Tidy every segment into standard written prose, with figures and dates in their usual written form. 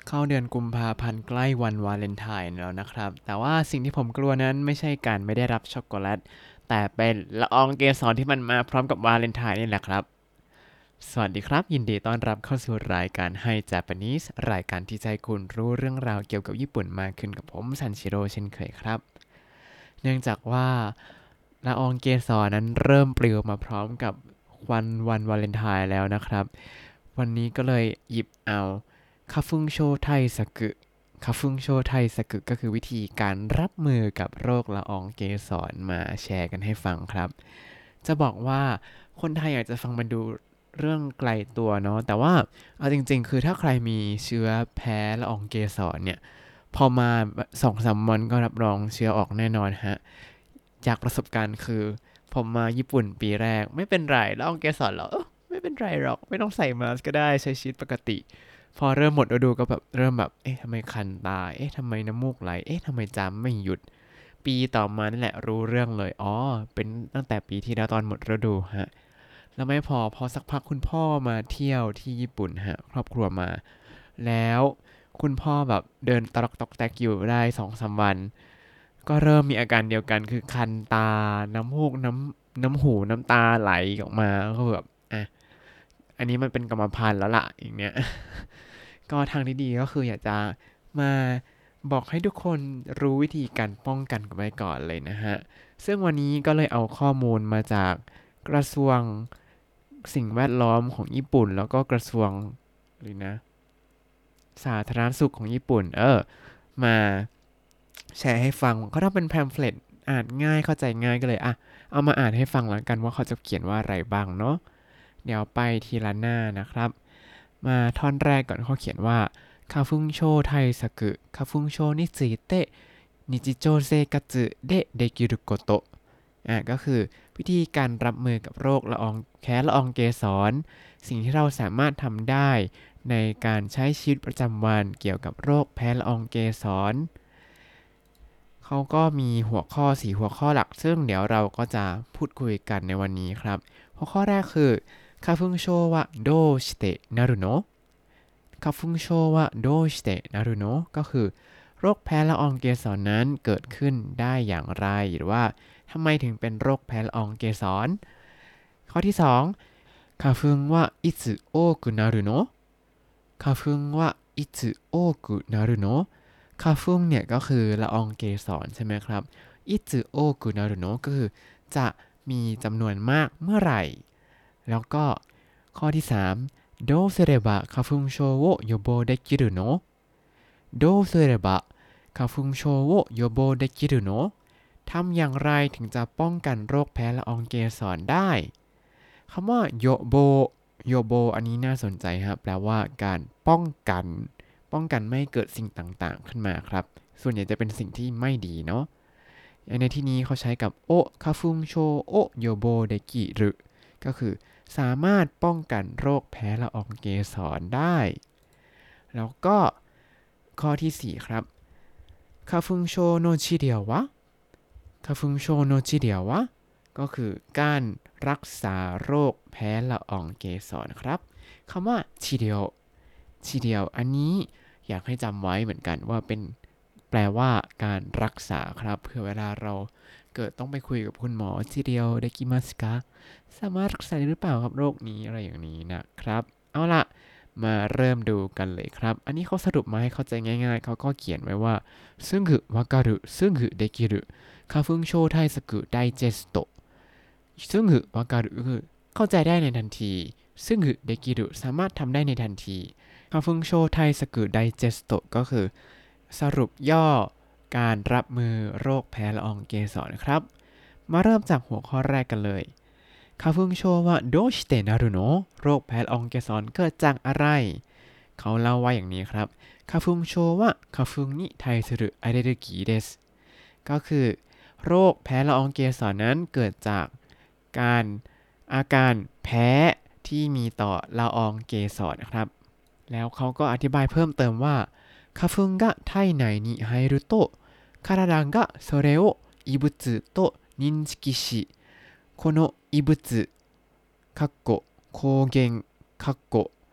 เข้าเดือนกุมภาพันธ์ใกล้วันวาเลนไทน์แล้วนะครับแต่ว่าสิ่งที่ผมกลัวนั้นไม่ใช่การไม่ได้รับช็อกโกแลตแต่เป็นละอองเกสรที่มันมาพร้อมกับวาเลนไทน์นี่แหละครับสวัสดีครับยินดีต้อนรับเข้าสู่รายการให้ Japanese รายการที่จะให้คุณรู้เรื่องราวเกี่ยวกับญี่ปุ่นมากขึ้นกับผมซันชิโร่เช่นเคยครับเนื่องจากว่าละอองเกสรนั้นเริ่มปลิวมาพร้อมกับวันวาเลนไทน์แล้วนะครับวันนี้ก็เลยหยิบเอา คาฟุงโชไทสกุคาฟุงโชไทสกุก็คือวิธีการรับมือกับโรคละอองเกสรมาแชร์กันให้ฟังครับจะบอกว่าคนไทยอยากจะฟังมันดูเรื่องไกลตัวเนาะแต่ว่าเอาจริงๆคือถ้าใครมีเชื้อแพ้ละอองเกสรเนี่ยพอมา2-3 วันก็รับรองเชื้อออกแน่นอนฮะจากประสบการณ์คือผมมาญี่ปุ่นปีแรกไม่เป็นไรละอองเกสรเหรอไม่เป็นไรหรอกไม่ต้องใส่มาสก์ก็ได้ใช้ชีวิตปกติ พอเริ่มหมดฤดูก็แบบเริ่มแบบเอ๊ะทำไมคันตาเอ๊ะทำไมน้ำมูกไหลเอ๊ะทำไมจามไม่หยุดปีต่อมานั่นแหละรู้เรื่องเลยอ๋อเป็นตั้งแต่ปีที่แล้วตอนหมดฤดูฮะแล้วไม่พอสักพักคุณพ่อมาเที่ยวที่ญี่ปุ่นฮะครอบครัวมาแล้วคุณพ่อแบบเดินตรอกตอกแตกอยู่ได้2-3 วันก็เริ่มมีอาการเดียวกันคือคันตาน้ำมูกน้ำหูน้ำตาไหลออกมาก็แบบอ่ะอันนี้มันเป็นกรรมพันธุ์แล้วล่ะอย่างเนี้ย ก็ทางที่ดีก็คืออยากจะมาบอกให้ทุกคนรู้วิธีการป้องกันกันไว้ก่อนเลยนะฮะซึ่งวันนี้ก็เลยเอาข้อมูลมาจากกระทรวงสิ่งแวดล้อมของญี่ปุ่นแล้วก็กระทรวงหรือนะสาธารณสุขของญี่ปุ่นมาแชร์ให้ฟังเขาทำเป็นแพมเฟลตอ่านง่ายเข้าใจง่ายก็เลยเอามาอ่านให้ฟังแล้วกันว่าเขาจะเขียนว่าอะไรบ้างเนาะเดี๋ยวไปทีละหน้านะครับ มาท่อนแรกก่อนเขาเขียนว่า花粉症対策花粉症について日常生活でできることก็คือวิธีการรับมือกับโรคละอองแพ้ละอองเกสรสิ่งที่เราสามารถทำได้ในการใช้ชีวิตประจำวันเกี่ยวกับโรคแพ้ละอองเกสรเขาก็มีหัวข้อ4 หัวข้อหลักซึ่งเดี๋ยวเราก็จะพูดคุยกันในวันนี้ครับหัวข้อแรกคือ花粉症はどうしてなるの花粉症はどうしてなるのก็คือโรคแพ้ละอองเกสรนั้นเกิดขึ้นได้อย่างไรหรือว่าทำไมถึงเป็นโรคแพ้ละอองเกสรข้อที่2花粉はいつ多くなるの花粉はいつ多くなるのคาฟุงเนี่ยก็คือละอองเกสรใช่ไหมครับอิซึโอกุนารุโนะก็คือจะมีจำนวนมากเมื่อไหร่แล้วก็ข้อที่3どうすれば花粉症を予防できるのどうすれば花粉症を予防できるのทำอย่างไรถึงจะป้องกันโรคแพ้ละอองเกสรได้คำว่าโยโบอันนี้น่าสนใจครับแปลว่าการป้องกันไม่ให้เกิดสิ่งต่างๆขึ้นมาครับส่วนใหญ่จะเป็นสิ่งที่ไม่ดีเนาะในที่นี้เขาใช้กับโอคาฟุงโชโอโยโบเดกิรึก็คือสามารถป้องกันโรคแพ้ละอองเกสรได้แล้วก็ข้อที่4ครับคาฟุงโชโนชิเดียววะคาฟุงโชโนชิเดียววะก็คือการรักษาโรคแพ้ละอองเกสรครับคำว่าชิเดียวอันนี้อยากให้จำไว้เหมือนกันว่าเป็นแปลว่าการรักษาครับเพื่อเวลาเราเกิดต้องไปคุยกับคุณหมอชิเดียวได้กิมัสกะสามารถรักษาได้หรือเปล่าครับโรคนี้อะไรอย่างนี้นะครับเอาล่ะมาเริ่มดูกันเลยครับอันนี้เขาสรุปมาให้เข้าใจง่ายๆเขาก็เขียนไว้ว่าซึงึวาการุซึงึเดกิรุคาฟุงโชไทสกุไดเจสโตซึงึวาการุคือเข้าใจได้ในทันทีซึงึเดกิรุสามารถทำได้ในทันทีคาฟุงโชไทสกุไดเจสโตก็คือสรุปย่อการรับมือโรคแพ้ละอองเกสรครับมาเริ่มจากหัวข้อแรกกันเลยคาฟุงโชว่าโดชิเตนารุโนะโรคแพ้ละอองเกสรเกิดจากอะไรเขาเล่าว่าอย่างนี้ครับคาฟุงโชว่าคาฟุงนิไทสึรุอะเรルギーですก็คือโรคแพ้ละอองเกสรนั้นเกิดจากการอาการแพ้ที่มีต่อละอองเกสรนะครับแล้วเขาก็อธิบายเพิ่มเติมว่า花粉が体内に入ると体がそれを異物と認識しこの異物かっこ抗原かっこ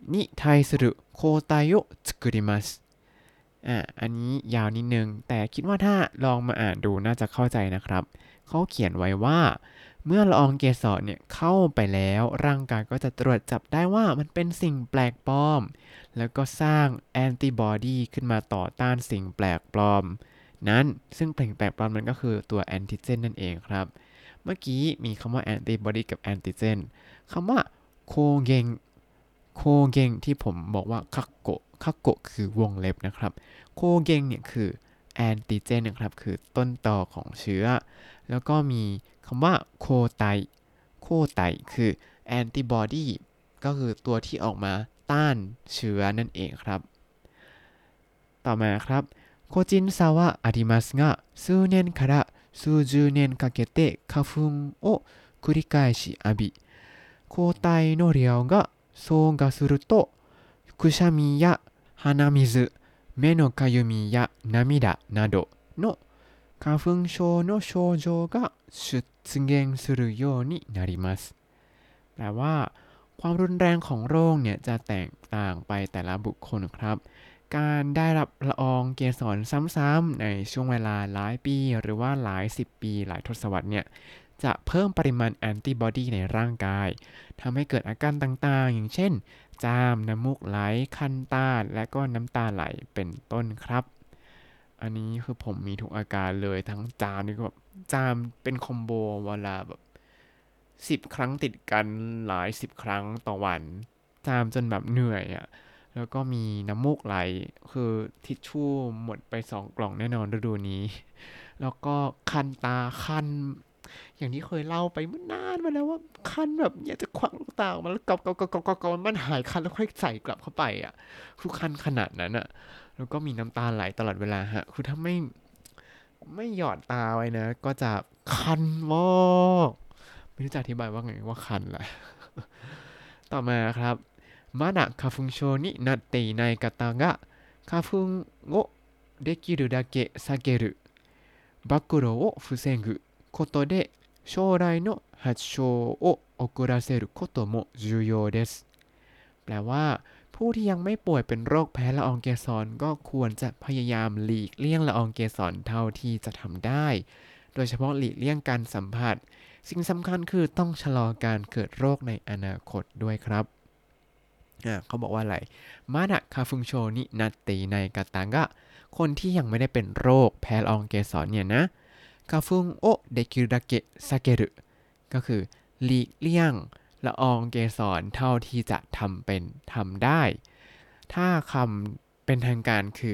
に対する抗体を作りますอันนี้ยาวนิดนึงแต่คิดว่าถ้าลองมาอ่านดูน่าจะเข้าใจนะครับเขาเขียนไว้ว่าเมื่อละอองเกสรเนี่ยเข้าไปแล้วร่างกายก็จะตรวจจับได้ว่ามันเป็นสิ่งแปลกปลอมแล้วก็สร้างแอนติบอดีขึ้นมาต่อต้านสิ่งแปลกปลอมนั้นซึ่งสิ่งแปลกปลอมมันก็คือตัวแอนติเจนนั่นเองครับเมื่อกี้มีคำว่าแอนติบอดีกับแอนติเจนคำว่าโคเกงที่ผมบอกว่าคักโกคือวงเล็บนะครับโคเกงเนี่ยคือแอนติเจนนะครับคือต้นตอของเชื้อแล้วก็มีคำว่าโคไตคือแอนติบอดีก็คือตัวที่ออกมาต้านเชื้อนั่นเองครับต่อมาครับ個人差はありますが数年から数十年かけて花粉を繰り返し浴び抗体の量が増加するとくしゃみや鼻水目のかゆみや涙などの花粉症の症状が出現するようになりますแปลว่าความรุนแรงของโรคเนี่ยจะแตกต่างไปแต่ละบุคคลครับการได้รับละอองเกสรซ้ำๆในช่วงเวลาหลายปีหรือว่าหลายสิบปีหลายทศวรรษเนี่ยจะเพิ่มปริมาณแอนติบอดีในร่างกายทำให้เกิดอาการต่างๆอย่างเช่นจามน้ำมูกไหลคันตาและก็น้ำตาไหลเป็นต้นครับอันนี้คือผมมีทุกอาการเลยทั้งจามนี่ก็แบบจามเป็นคอมโบเวลาแบบ10 ครั้งติดกันหลาย10 ครั้งต่อวันจามจนแบบเหนื่อยอ่ะแล้วก็มีน้ำมูกไหลคือทิชชู่หมดไป2 กล่องแน่นอนฤดูนี้แล้วก็คันตาคันอย่างที่เคยเล่าไปเมื่อนานมาแล้วว่าคันแบบอยากจะควักลูกตาออกมาแล้วเกามันหายคันแล้วค่อยใส่กลับเข้าไปอ่ะคือคันขนาดนั้นอ่ะแล้วก็มีน้ำตาไหลตลอดเวลาฮะคือถ้าไม่หยอดตาไว้นะก็จะคันมากไม่รู้จะอธิบายว่าไงว่าคันแหละต่อมาครับまだ花粉症になっていない方が花粉をできるだけ避ける暴露を防ぐことで将来の発症を遅らせることも重要ですแปลว่าผู้ที่ยังไม่ป่วยเป็นโรคแพ้ละอองเกสรก็ควรจะพยายามหลีกเลี่ยงละอองเกสรเท่าที่จะทำได้โดยเฉพาะหลีกเลี่ยงการสัมผัสสิ่งสำคัญคือต้องชะลอการเกิดโรคในอนาคตด้วยครับเขาบอกว่าอะไรมาดะคาฟุงโชนินัตติในกาตังกะคนที่ยังไม่ได้เป็นโรคแพ้ละอองเกสรเนี่ยนะคาฟุงโอเดคิรุดาเกะซาเกรุก็คือหลีกเลี่ยงละอองเกสรเท่าที่จะทำได้ถ้าคำเป็นทางการคือ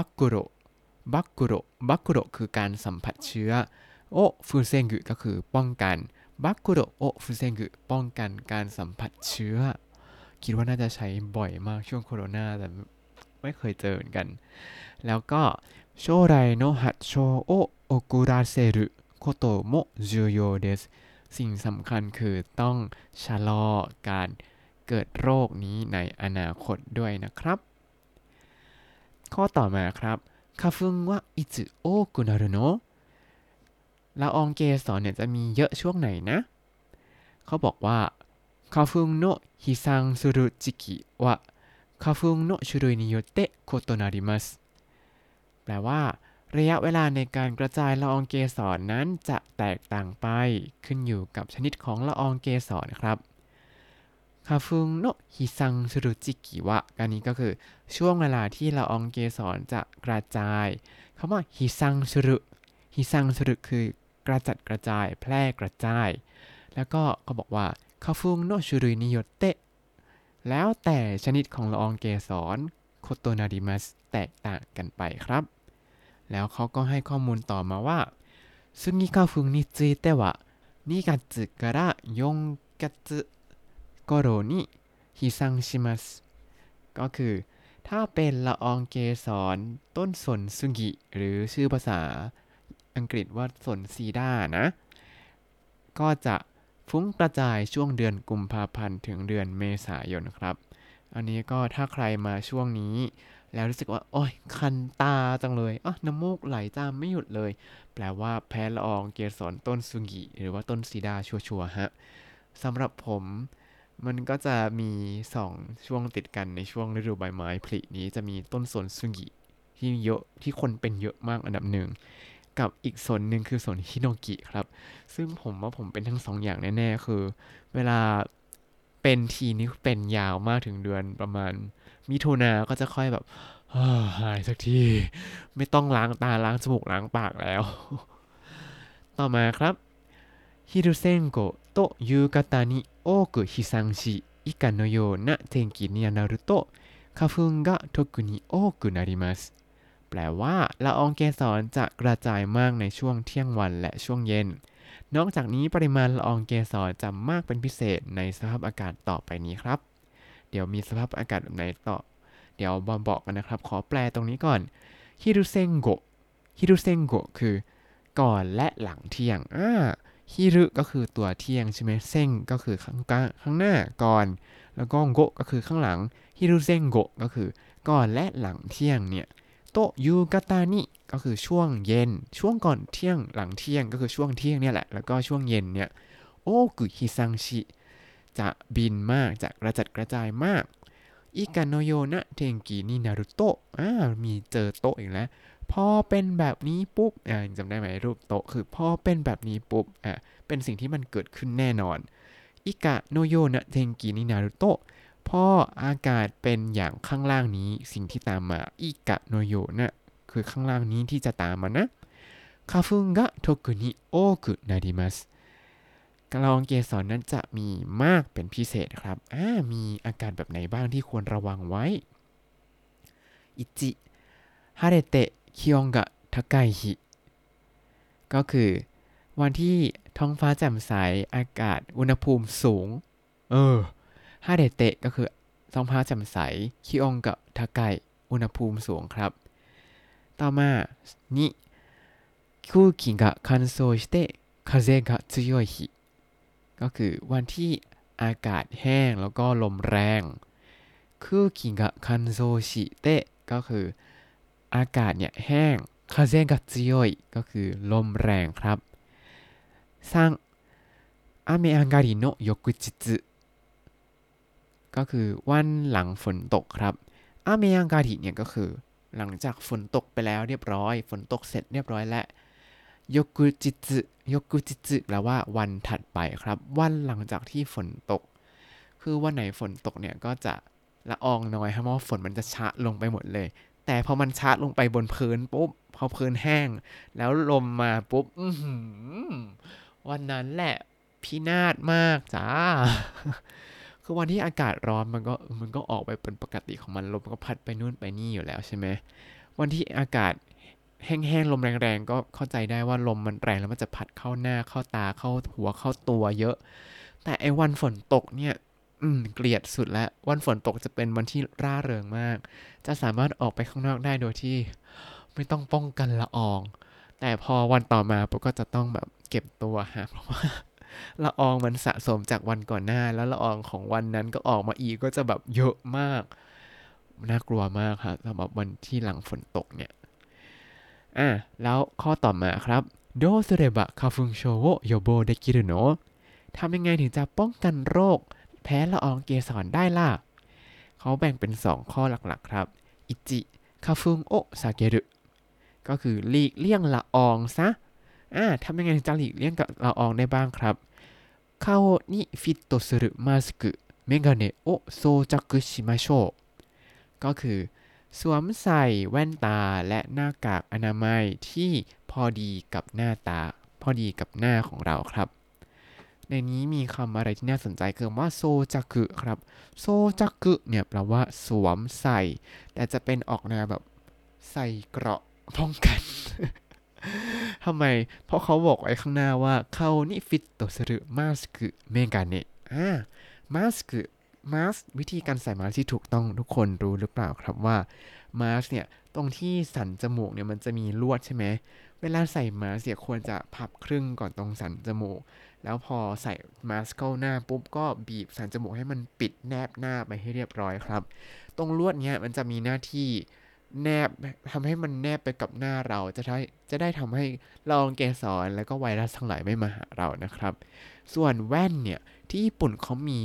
บักกุโรคือการสัมผัสเชื้อโอฟูเซงกุก็คือป้องกันบักกุโรโอฟูเซงกุป้องกันการสัมผัสเชื้อคิดว่าน่าจะใช้บ่อยมากช่วงโควิดแต่ไม่เคยเจอเหมือนกันแล้วก็将来の発症を遅らせることも重要ですสิ่งสำคัญคือต้องชะลอการเกิดโรคนี้ในอนาคตด้วยนะครับข้อต่อมาครับ花粉はいつ多くなるのละอองเกสรเนี่ยจะมีเยอะช่วงไหนนะเขาบอกว่า花粉の飛散する時期は花粉の種類によって異なりますแปลว่าระยะเวลาในการกระจายละอองเกสรนั้นจะแตกต่างไปขึ้นอยู่กับชนิดของละอองเกสรครับ花粉の飛散する時期はอันนี้ก็คือช่วงเวลาที่ละอองเกสรจะกระจายคำว่าฮิซังสุรุคือกระจัดกระจายแพร่กระจายแล้วก็เขาบอกว่า花粉の種類によってแล้วแต่ชนิดของละอองเกสรโคโตนาริมัสแตกต่างกันไปครับแล้วเขาก็ให้ข้อมูลต่อมาว่าスギ花粉については2月から4月頃に飛散しますก็คือถ้าเป็นละอองเกสรต้นสนซุกิหรือชื่อภาษาอังกฤษว่าสนซีดานะก็จะฟุ้งกระจายช่วงเดือนกุมภาพันธ์ถึงเดือนเมษายนครับอันนี้ก็ถ้าใครมาช่วงนี้แล้วรู้สึกว่าโอ๊ยคันตาจังเลยน้ำมูกไหลจามไม่หยุดเลยแปลว่าแพ้ละอองเกสรต้นซุกิหรือว่าต้นซีดาชัวร์ๆฮะสำหรับผมมันก็จะมี2ช่วงติดกันในช่วงฤดูใบไม้ผลินี้จะมีต้นสนซุงิที่เยอะที่คนเป็นเยอะมากอันดับหนึ่งกับอีกสนหนึ่งคือสนฮิโนกิครับซึ่งผมว่าผมเป็นทั้งสองอย่างแน่ๆคือเวลาเป็นทีนี้เป็นยาวมากถึงเดือนประมาณมิถุนาก็จะค่อยแบบหายสักทีไม่ต้องล้างตาล้างจมูกล้างปากแล้วต่อมาครับ 昼前後と夕方に多く飛散し、以下のような天気になると、花粉が特に多くなります。แปลว่าละอองเกสรจะกระจายมากในช่วงเที่ยงวันและช่วงเย็น นอกจากนี้ปริมาณละอองเกสรจะมากเป็นพิเศษในสภาพอากาศต่อไปนี้ครับ เดี๋ยวมีสภาพอากาศแบบไหนต่อ เดี๋ยวบอกกันนะครับ ขอแปลตรงนี้ก่อนฮิรุเซงโกฮิรุเซงโกคือก่อนและหลังเที่ยงฮิรุก็คือตัวเที่ยงใช่ไหมเซ็งก็คือข้างหน้าก่อนแล้วก็โกก็คือข้างหลังฮิรุเซ็งโกก็คือก่อนและหลังเที่ยงเนี่ยโตยูกาตานิก็คือช่วงเย็นช่วงก่อนเที่ยงหลังเที่ยงก็คือช่วงเที่ยงเนี่ยแหละแล้วก็ช่วงเย็นเนี่ยโอกุฮิซังชิจะบินมากจะกระจัดกระจายมากอิกาโนโยนะเทงกินินารุโตะมีเจอโตะอีกแล้วพอเป็นแบบนี้ปุ๊บจำได้ไหมรูปโตะคือพอเป็นแบบนี้ปุ๊บเป็นสิ่งที่มันเกิดขึ้นแน่นอนอิกะโนโยนะเทงกินินารุโตะพออากาศเป็นอย่างข้างล่างนี้สิ่งที่ตามมาอิกะโนโยนะคือข้างล่างนี้ที่จะตามมานะคาฟุงกะโทกุนิโอกุนาริมัสกระรองเกสรนั้นจะมีมากเป็นพิเศษครับมีอาการแบบไหนบ้างที่ควรระวังไว้อิจิฮาเรเตะคิออนกะทาไกฮิก็คือวันที่ท้องฟ้าแจ่มใสอากาศอุณหภูมิสูงฮาเดเตะก็คือท้องฟ้าแจ่มใสคิออนกับทาไกอุณหภูมิสูงครับต่อมานิ空気が乾燥して風が強い日ก็คือวันที่อากาศแห้งแล้วก็ลมแรง空気が乾燥してก็คืออากาศเนี่ยแห้ง風が強いก็คือลมแรงครับ3雨上がりの翌日ก็คือวันหลังฝนตกครับอาเมยังการิเนี่ยก็คือหลังจากฝนตกไปแล้วเรียบร้อยฝนตกเสร็จเรียบร้อยแล้วยกุจิตสึยกุจิตสึแปลว่าวันถัดไปครับวันหลังจากที่ฝนตกคือวันไหนฝนตกเนี่ยก็จะละอองน้อยครับเพราะฝนมันจะชะลงไปหมดเลยแต่พอมันชะลงไปบนพื้นปุ๊บพอพื้นแห้งแล้วลมมาปุ๊บวันนั้นแหละพินาศมากจ้าคือวันที่อากาศร้อนมันก็ออกไปเป็นปกติของมันลมก็พัดไปนู่นไปนี่อยู่แล้วใช่ไหมวันที่อากาศแห้งๆลมแรงๆก็เข้าใจได้ว่าลมมันแรงแล้วมันจะพัดเข้าหน้าเข้าตาเข้าหัวเข้าตัวเยอะแต่ไอ้วันฝนตกเนี่ยเกลียดสุดแล้ววันฝนตกจะเป็นวันที่ร่าเริงมากจะสามารถออกไปข้างนอกได้โดยที่ไม่ต้องป้องกันละอองแต่พอวันต่อมาปุ๊บก็จะต้องแบบเก็บตัวฮะเพราะว่าละอองมันสะสมจากวันก่อนหน้าแล้วละอองของวันนั้นก็ออกมาอีกก็จะแบบเยอะมากน่ากลัวมากครับสำหรับวันที่หลังฝนตกเนี่ยแล้วข้อต่อมาครับโดสุเรบะคาฟุงโชโวโยโบเดกิรุโนะทำยังไงถึงจะป้องกันโรคแพ้ละอองเกสรได้ล่ะเขาแบ่งเป็น2ข้อหลักๆครับอิจิคาฟุงโอซาเกรุก็คือหลีกเลี่ยงละอองซะทำยังไงถึงจะหลีกเลี่ยงกับละอองได้บ้างครับ顔にフィットするマスクメガネを装着しましょうก็คือสวมใส่แว่นตาและหน้ากากอนามัยที่พอดีกับหน้าตาพอดีกับหน้าของเราครับในนี้มีคำอะไรที่น่าสนใจคือคำว่าโซจักุครับโซจักุเนี่ยแปลว่าสวมใส่แต่จะเป็นออกแนวแบบใส่เกราะป้องกัน ทำไมเพราะเขาบอกไว้ข้างหน้าว่าเขานี่ฟิตโตสรุมาสกุเมกาเนะมาสกุมาสวิธีการใส่มาสที่ถูกต้องทุกคนรู้หรือเปล่าครับว่ามาสเนี่ยตรงที่สันจมูกเนี่ยมันจะมีลวดใช่ไหมเวลาใส่มาสเนี่ยควรจะพับครึ่งก่อนตรงสันจมูกแล้วพอใส่มาสเข้าหน้าปุ๊บก็บีบสันจมูกให้มันปิดแนบหน้าไปให้เรียบร้อยครับตรงลวดเนี้ยมันจะมีหน้าที่แนบทำให้มันแนบไปกับหน้าเราจะได้ทำให้ละอองเกสรแล้วก็ไวรัสทั้งหลายไม่มาหาเรานะครับส่วนแว่นเนี่ยที่ญี่ปุ่นเขามี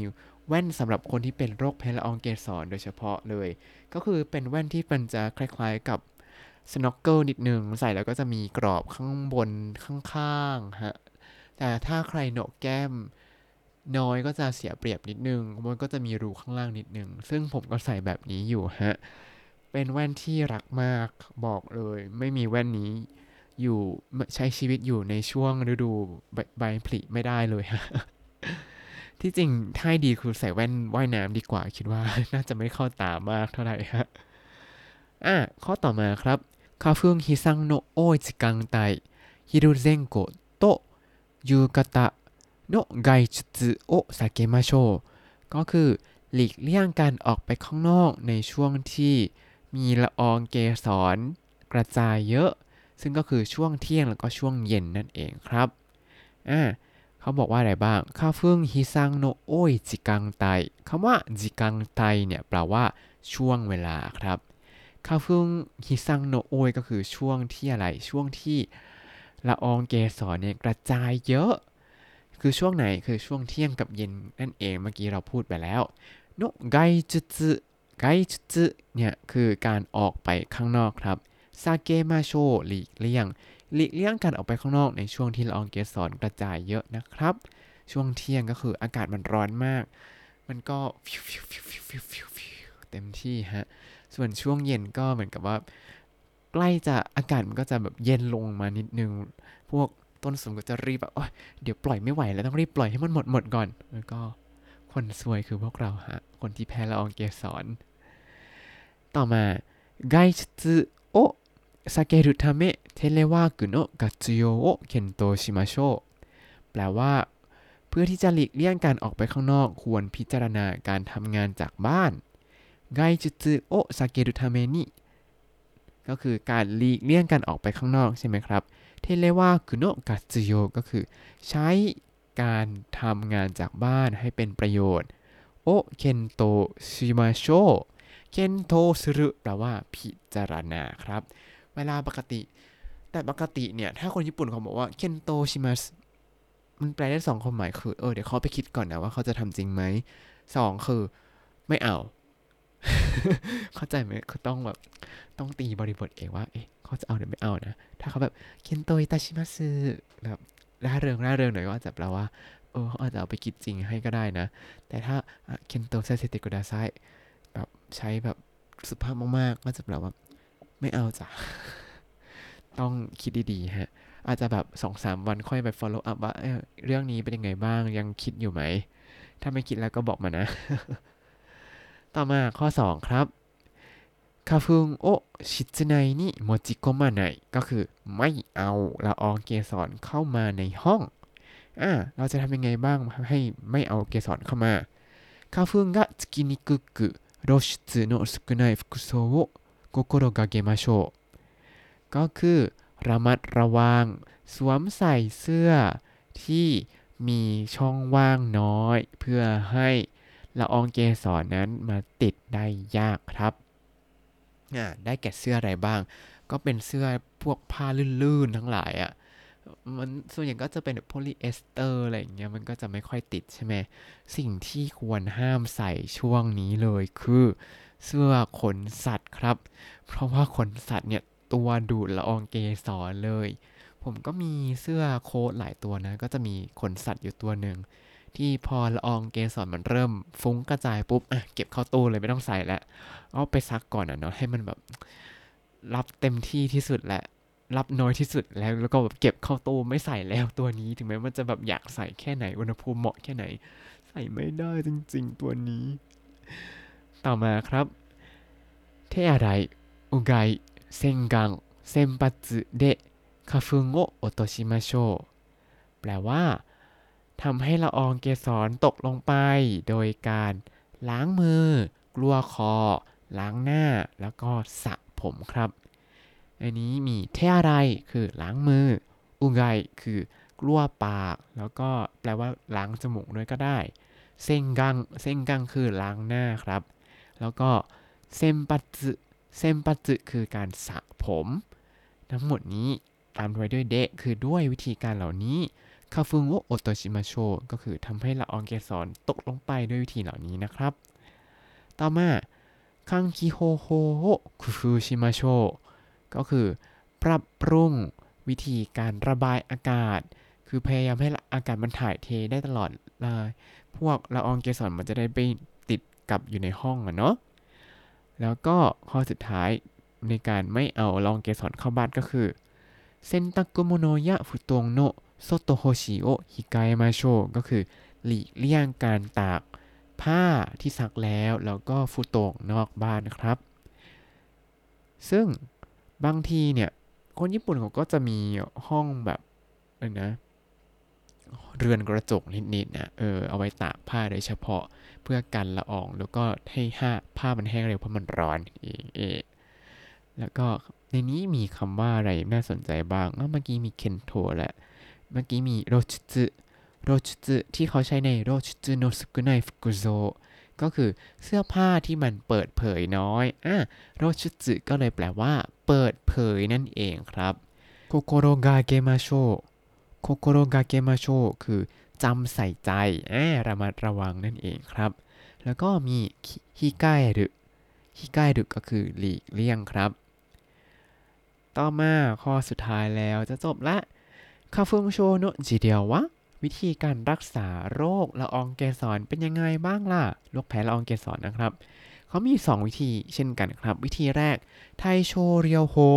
แว่นสำหรับคนที่เป็นโรคแพ้ละอองเกสรโดยเฉพาะเลยก็คือเป็นแว่นที่มันจะคล้ายๆกับสโนว์เกิลนิดนึงใส่แล้วก็จะมีกรอบข้างบนข้างๆฮะแต่ถ้าใครโหนกแก้มน้อยก็จะเสียเปรียบนิดนึงมันก็จะมีรูข้างล่างนิดนึงซึ่งผมก็ใส่แบบนี้อยู่ฮะเป็นแว่นที่รักมากบอกเลยไม่มีแว่นนี้อยู่ใช้ชีวิตอยู่ในช่วงฤดูใบผลิไม่ได้เลยฮะที่จริงถ้าให้ดีคือใส่แว่นว่ายน้ำดีกว่าคิดว่าน่าจะไม่เข้าตามากเท่าไหร่ฮะข้อต่อมาครับ花粉飛散の多い時間帯昼前後と夕方の外出を避けましょうก็คือหลีกเลี่ยงการออกไปข้างนอกในช่วงที่มีละอองเกสรกระจายเยอะซึ่งก็คือช่วงเที่ยงแล้วก็ช่วงเย็นนั่นเองครับเขาบอกว่าอะไรบ้างคาฟึ่งฮิซังโนโอยจิกังไตคำว่าจิกังไตเนี่ยแปลว่าช่วงเวลาครับคาฟึ่งฮิซังโนโอยก็คือช่วงที่อะไรช่วงที่ละอองเกสรเนี่ยกระจายเยอะคือช่วงไหนคือช่วงเที่ยงกับเย็นนั่นเองเมื่อกี้เราพูดไปแล้วโนไกจุซึไกจุซึเนี่ยคือการออกไปข้างนอกครับซาเกมาโชหลีกเลี่ยงการออกไปข้างนอกในช่วงที่ละอองเกสรกระจายเยอะนะครับช่วงเที่ยงก็คืออากาศมันร้อนมากมันก็เต็มที่ฮะส่วนช่วงเย็นก็เหมือนกับว่าใกล้จะอากาศมันก็จะแบบเย็นลงมานิดนึงพวกต้นสนก็จะรีบแบบเดี๋ยวปล่อยไม่ไหวแล้วต้องรีบปล่อยให้มันหมดก่อนแล้วก็คนซวยคือพวกเราฮะคนที่แพ้ละอองเกสรต่อมา外出を避けるためテレワークの活用を検討しましょうแปลว่าเพื่อที่จะหลีกเลี่ยงการออกไปข้างนอกควรพิจารณาการทำงานจากบ้าน外出を避けるためにก็คือการหลีกเลี่ยงการออกไปข้างนอกใช่ไหมครับเทเลวาคุโนะกัตสึโยก็คือใช้การทำงานจากบ้านให้เป็นประโยชน์โอเคนโตชิมาโชเคนโตสึรุแปลว่าพิจารณาครับเวลาปกติแต่ปกติเนี่ยถ้าคนญี่ปุ่นเขาบอกว่าเคนโตชิมัสมันแปลได้สองความหมายคือเดี๋ยวเขาไปคิดก่อนนะว่าเขาจะทำจริงไหมสองคือไม่เอา เข้าใจไหมเขาต้องแบบต้องตีบริบทเองว่าเขาจะเอาหรือไม่เอานะถ้าเขาแบบเคนโตอิตาชิมัสึแบบร่าเริงหน่อยก็อาจจะแปลว่าเขาอาจจะเอาไปคิดจริงให้ก็ได้นะแต่ถ้าเคนโตไซเซติกุดาไซแบบใช้แบบสุภาพมากๆก็จะแปลว่าไม่เอาจ้ะต้องคิดดีๆฮะอาจจะแบบ2-3 วันค่อยไป follow up ว่าเรื่องนี้เป็นยังไงบ้างยังคิดอยู่ไหมถ้าไม่คิดแล้วก็บอกมานะต่อมาข้อ2ครับ花粉を室内に持ち込まないก็คือไม่เอาละอองเกสรเข้ามาในห้องเราจะทำยังไงบ้างให้ไม่เอาเกสรเข้ามา花粉がつきにくく露出の少ない服装を心がけましょうก็คือระมัดระวังสวมใส่เสื้อที่มีช่องว่างน้อยเพื่อให้ละอองเกสรนั้นมาติดได้ยากครับได้แก่เสื้ออะไรบ้างก็เป็นเสื้อพวกผ้าลื่นๆทั้งหลายมันส่วนใหญ่ก็จะเป็นแบบโพลีเอสเตอร์อะไรอย่างเงี้ยมันก็จะไม่ค่อยติดใช่ไหมสิ่งที่ควรห้ามใส่ช่วงนี้เลยคือเสื้อขนสัตว์ครับเพราะว่าขนสัตว์เนี่ยตัวดูดละอองเกสรเลยผมก็มีเสื้อโค้ทหลายตัวนะก็จะมีขนสัตว์อยู่ตัวหนึ่งที่พอละอองเกสรมันเริ่มฟุ้งกระจายปุ๊บเก็บเข้าตู้เลยไม่ต้องใส่แล้วเอาไปซักก่อนเนาะให้มันแบบรับเต็มที่ที่สุดแหละรับน้อยที่สุดแล้วก็แบบเก็บเข้าตู้ไม่ใส่แล้วตัวนี้ถึงแม้มันจะแบบอยากใส่แค่ไหนอุณหภูมิเหมาะแค่ไหนใส่ไม่ได้จริงๆตัวนี้ต่อมาครับเทอะไรอุไกเซงกังเซมปัตสึเดะคาฟุงโอโอโตชิมาโชแปลว่าทำให้ละอองเกสรตกลงไปโดยการล้างมือกลัวคอล้างหน้าแล้วก็สระผมครับอันนี้มีเทอะไรคือล้างมืออุไกคือกลัวปากแล้วก็แปลว่าล้างจมูกด้วยก็ได้เซงกังคือล้างหน้าครับแล้วก็เซมปัตสึคือการสระผมทั้งหมดนี้ตามด้วยเดะคือด้วยวิธีการเหล่านี้คาฟุงโอโอโตชิมาโชก็คือทำให้ละอองเกสรตกลงไปด้วยวิธีเหล่านี้นะครับต่อมาคังคิโฮโฮโอคุฟุชิมาโชก็คือปรับปรุงวิธีการระบายอากาศคือพยายามให้อากาศมันถ่ายเทได้ตลอดพวกละอองเกสรมันจะได้ไปติดกับอยู่ในห้องเนาะแล้วก็ข้อสุดท้ายในการไม่เอาละอองเกสรเข้าบ้านก็คือเซนตักุโมโนยะฟุตงโนโซโตโฮชิโอฮิกายมาโชก็คือหลีกเลี่ยงการตากผ้าที่ซักแล้วก็ฟุตงนอกบ้านนะครับซึ่งบางทีเนี่ยคนญี่ปุ่นเขาก็จะมีห้องแบบอะไรนะเรือนกระจกนิดๆนะเอาไว้ตากผ้าโดยเฉพาะเพื่อกันละอองแล้วก็ให้ผ้ามันแห้งเร็วเพราะมันร้อนแล้วก็ในนี้มีคำว่าอะไรน่าสนใจบ้างเมื่อกี้มีเคนโทแหละเมื่อกี้มีโรชุซึที่เขาใช้ในโรชุซึโนสุกุไนฟุกุโซก็คือเสื้อผ้าที่มันเปิดเผยน้อยโรชุซึก็เลยแปลว่าเปิดเผยนั่นเองครับโคโคโรกาเกมาโชโคโคโรกาเกมาโชคือจำใส่ใจระมัดระวังนั่นเองครับแล้วก็มีฮิกาเอรุก็คือหลีกเลี่ยงครับต่อมาข้อสุดท้ายแล้วจะจบละคาฟุงโชโนะจิเดียววะวิธีการรักษาโรคละอองเกสรเป็นยังไงบ้างล่ะโรคแพ้ละอองเกสรนะครับเขามี2วิธีเช่นกันครับวิธีแรกไทโชเรียวโฮ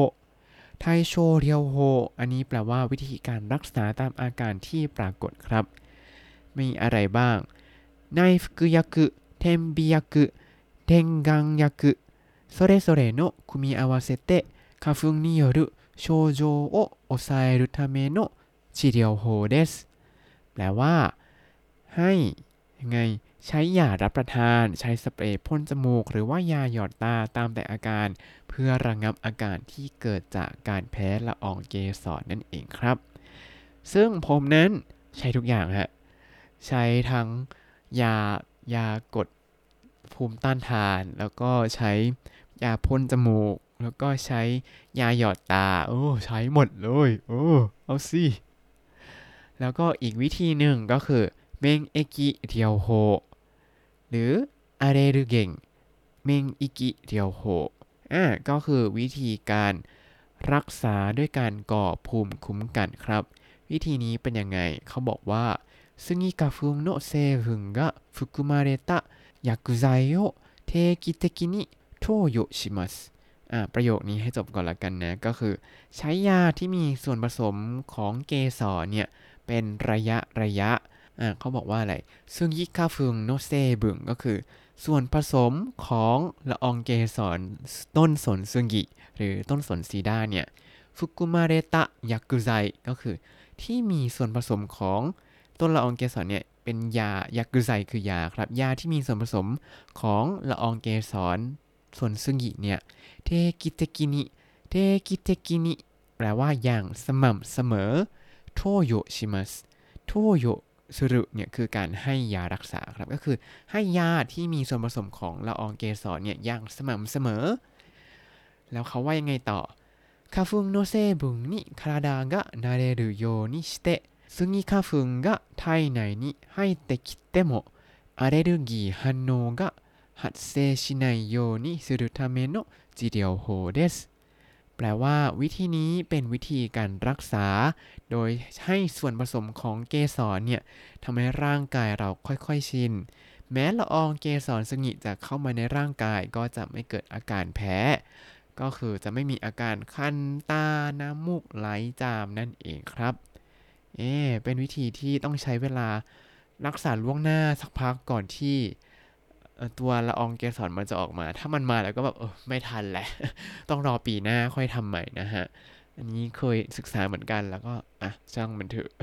อันนี้แปลว่าวิธีการรักษาตามอาการที่ปรากฏครับมีอะไรบ้างไนฟุกุยากุเทมบิยากุเทงกังยากุそれぞれの組み合わせて花粉による症状を抑えるための治療法ですแปลว่าให้ยังไงใช้ยารับประทานใช้สเปรย์พ่นจมูกหรือว่ายาหยอดตาตามแต่อาการเพื่อระงับอาการที่เกิดจากการแพ้ละอองเกสรนั่นเองครับซึ่งผมนั้นใช้ทุกอย่างฮะใช้ทั้งยากดภูมิต้านทานแล้วก็ใช้ยาพ่นจมูกแล้วก็ใช้ยาหยอดตาใช้หมดเลยเอาสิแล้วก็อีกวิธีหนึ่งก็คือเมงเอกิเรียวโฮหรืออาเรรุเกงเมงอิกิเรียวโฮก็คือวิธีการรักษาด้วยการก่อภูมิคุ้มกันครับวิธีนี้เป็นยังไงเขาบอกว่าスギ花粉の成分が含まれた薬剤を定期的に投与しますประโยคนี้ให้จบก่อนละกันนะก็คือใช้ยาที่มีส่วนผสมของเกสรเนี่ยเป็นระยะเขาบอกว่าอะไรซึ่งยิคาฟุงโนเซบุงก็คือส่วนผสมของละอองเกสรต้นสนซึงิหรือต้นสนซีดาเนี่ยฟุกุมาเรตะยักุไซก็คือที่มีส่วนผสมของต้นละอองเกสรเนี่ยเป็นยายักุไซคือยาครับยาที่มีส่วนผสมของละอองเกสรส่วนซึงิเนี่ยเทกิเตกินิแปลว่าอย่างสม่ำเสมอโทโยชิมัสโทโยสุรุเนี่ยคือการให้ยารักษาครับก็คือให้ยาที่มีส่วนผสมของละอองเกสรเนี่ยอย่างสม่ำเสมอแล้วเขาว่ายังไงต่อ花粉の成分に体が慣れるようにしてスギ花粉が体内に入ってきてもアレルギー反応が発生しないようにするための治療法ですแปลว่าวิธีนี้เป็นวิธีการรักษาโดยให้ส่วนผสมของเกสรเนี่ยทำให้ร่างกายเราค่อยๆชินแม้ละอองเกสรสงิจะเข้ามาในร่างกายก็จะไม่เกิดอาการแพ้ก็คือจะไม่มีอาการคันตาน้ำมูกไหลจามนั่นเองครับเป็นวิธีที่ต้องใช้เวลารักษาล่วงหน้าสักพักก่อนที่ตัวละอองเกสรมันจะออกมาถ้ามันมาแล้วก็แบบไม่ทันแหละต้องรอปีหน้าค่อยทำใหม่นะฮะอันนี้เคยศึกษาเหมือนกันแล้วก็ช่างมันเถอะ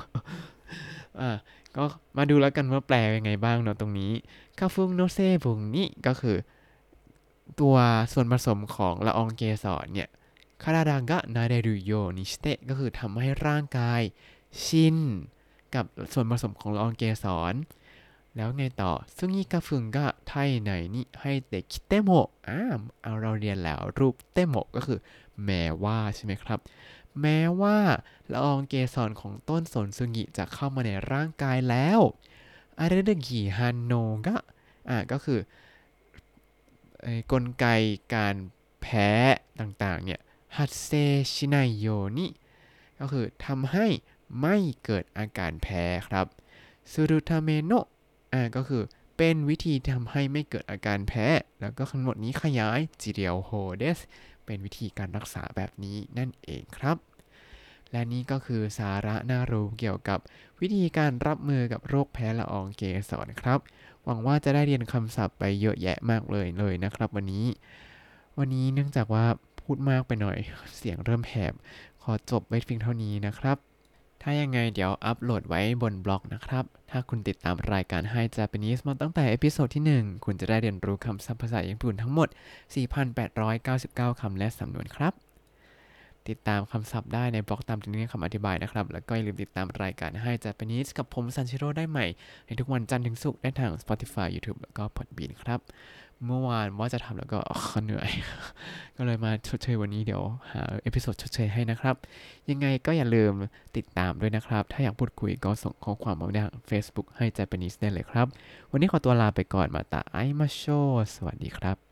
ก็มาดูแล้วกันว่าแปลยังไงบ้างเนาะตรงนี้คาฟุงโนเซบุงนี่ก็คือตัวส่วนผสมของละอองเกสรเนี่ยคาราดังกะนาเดรุโยนิสเตะก็คือทำให้ร่างกายชินกับส่วนผสมของละอองเกสรแล้วไงต่อซึ่งนี่กาฟุงก็ไทไหนนี่ให้เด็กคิเตโมเอาเราเรียนแล้วรูปเตโมก็คือแม้ว่าใช่ไหมครับแม้ว่าละอองเกสรของต้นสนซึงิจะเข้ามาในร่างกายแล้วアレルギー反応がก็คือกลไกการแพ้ต่างๆเนี่ย発生しないようにก็คือทำให้ไม่เกิดอาการแพ้ครับするためのก็คือเป็นวิธีทำให้ไม่เกิดอาการแพ้แล้วก็ทั้งหมดนี้ขยาย治療法ですเป็นวิธีการรักษาแบบนี้นั่นเองครับและนี่ก็คือสาระน่ารู้เกี่ยวกับวิธีการรับมือกับโรคแพ้ละอองเกสรครับหวังว่าจะได้เรียนคำศัพท์ไปเยอะแยะมากเลยนะครับวันนี้เนื่องจากว่าพูดมากไปหน่อยเสียงเริ่มแหบขอจบไว้เพียงเท่านี้นะครับถ้ายังไงเดี๋ยวอัปโหลดไว้บนบล็อกนะครับถ้าคุณติดตามรายการ Hi Japanese มาตั้งแต่เอพิโซดที่1คุณจะได้เรียนรู้คำศัพท์ภาษาญี่ปุ่นทั้งหมด 4,899 คำและสำนวนครับติดตามคำศัพท์ได้ในบล็อกตามที่นี้คำอธิบายนะครับแล้วก็อย่าลืมติดตามรายการ Hi Japanese กับผมซันชิโร่ได้ใหม่ในทุกวันจันทร์ถึงศุกร์ได้ทาง Spotify YouTube แล้วก็ Podbean ครับเมื่อวานว่าจะทำแล้วก็เหนื่อยก็เลยมาชดเชยวันนี้เดี๋ยวหาเอพิโซดชดเชยให้นะครับยังไงก็อย่าลืมติดตามด้วยนะครับถ้าอยากพูดคุยก็ส่งข้อความมาได้ทาง Facebook ให้ Japanese ได้เลยครับวันนี้ขอตัวลาไปก่อนมาตาไอมาโชสวัสดีครับ